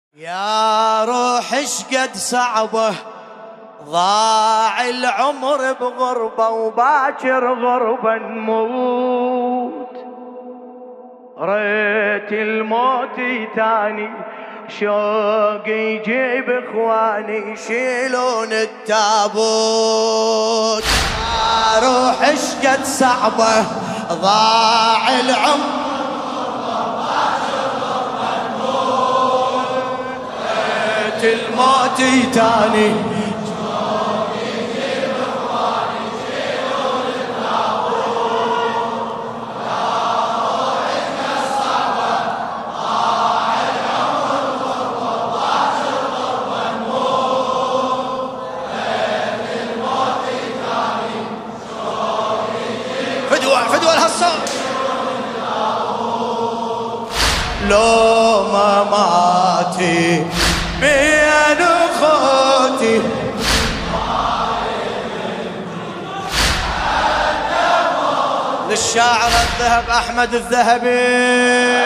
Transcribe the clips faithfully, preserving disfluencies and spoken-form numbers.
يا روح اشقد صعبة ضاع العمر بغربة وباكر غربة نموت. ريت الموت تاني شوق يجيب اخواني يشيلون التابوت. يا روح اشقد صعبة ضاع العمر الموت تاني شوق يجيب اخواني يشيلون التابوت. يا روح اشقد صعبة ضاع العمر غربة وباكر غربة نموت. ريت الموت تاني شوق يجيب فدوة فدوة لهالصوت. لو ما ماتي بين اخوتي للشاعر الذهب احمد الذهبي.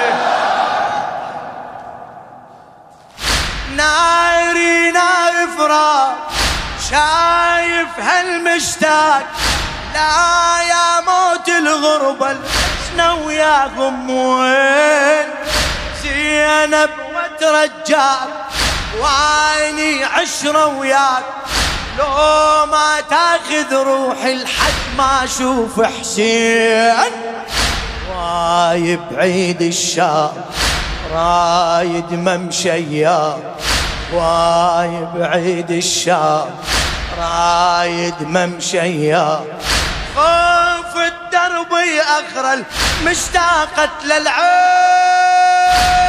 ناري نايف راح شايف هالمشتاق لا يا موت الغربة شنا وياكم وين زينب وترجاك وعيني عشرة وياك. لو ما تاخذ روحي لحد ما اشوف حسين واي بعيد الشام رايد ممشيا واي بعيد الشام رايد ممشيا. خوف الدرب يأخر مشتاقة للعين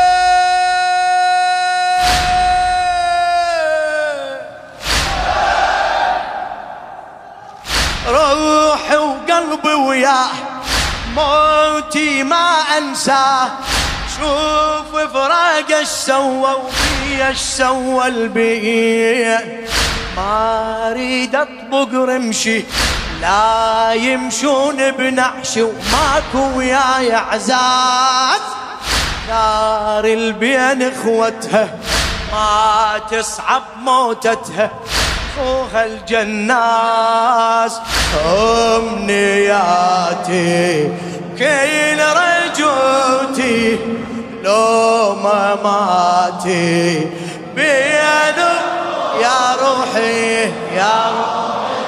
روحي وقلبي وياه موتي ما انساه. شوف فراق اش سوى وفي اش سوى البين. ما اريد اطبق رمشي لا يمشون بنعشي وماكو وياي اعزاز. دار البين اخوتها ما تصعب موتتها خوها الجناس. امنياتي كل رجوتي لو ما ماتي بين يا روحي يا روحي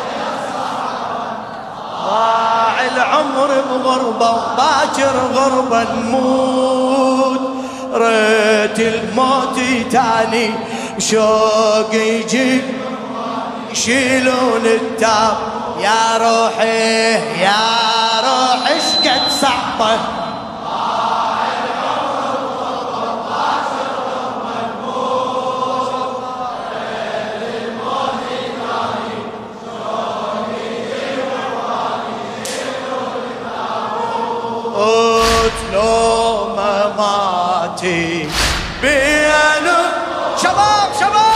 ضاع العمر بغربة وباكر غربة نموت. ريت الموت تاني شوق يجيب يشيلون التاب. يا روحي يا روحي اشقد صعبة ضاع العمر بغربة وباكر غربة نموت. ريت الموت تاني شوق يجيب اخواني يشيلون التابوت. لو ما ماتي بين شباب شباب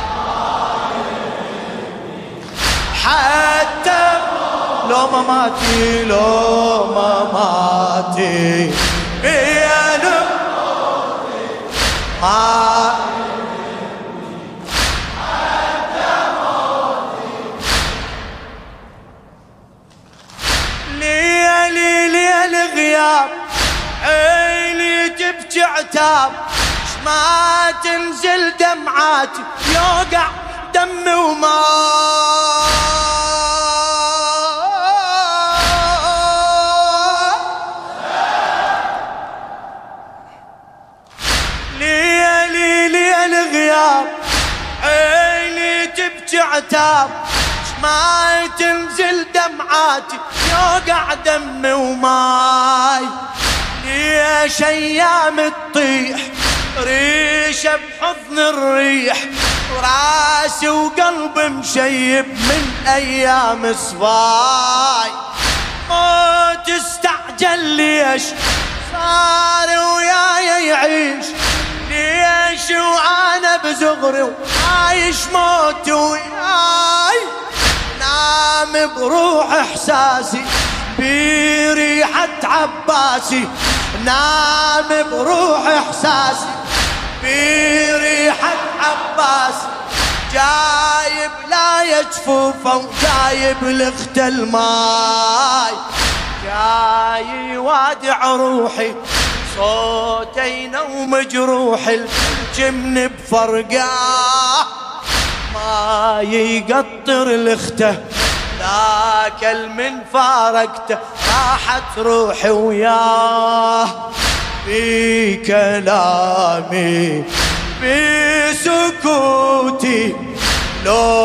حتى لو ما ماتي لو ما ماتي بين ما حتى موتي. ليالي ليل غياب عيني تبكي عتاب ما تنزل دمعاتي يوقع دمي وما ليالي ليل غياب عيني تبكي عتاب ما تنزل دمعاتي يوقع دمي وماي. ليش ايام تطيح ريشه بحضن الريح وراسي وقلبي مشيب من ايام صباي. موت استعجل ليش صار وياي يعيش ليش وانا بزغري وعايش موت وياي. نام بروح احساسي بريحة عباسي نام بروح احساسي في عباس جايب لا جفوفه وجايب لخت الماي جاي وادع روحي صوتين ومجروح الجمن بفرقاه ما يقطر لخته ذاك المن فارقته راحت روحي وياه في كلامي في سكوتي لو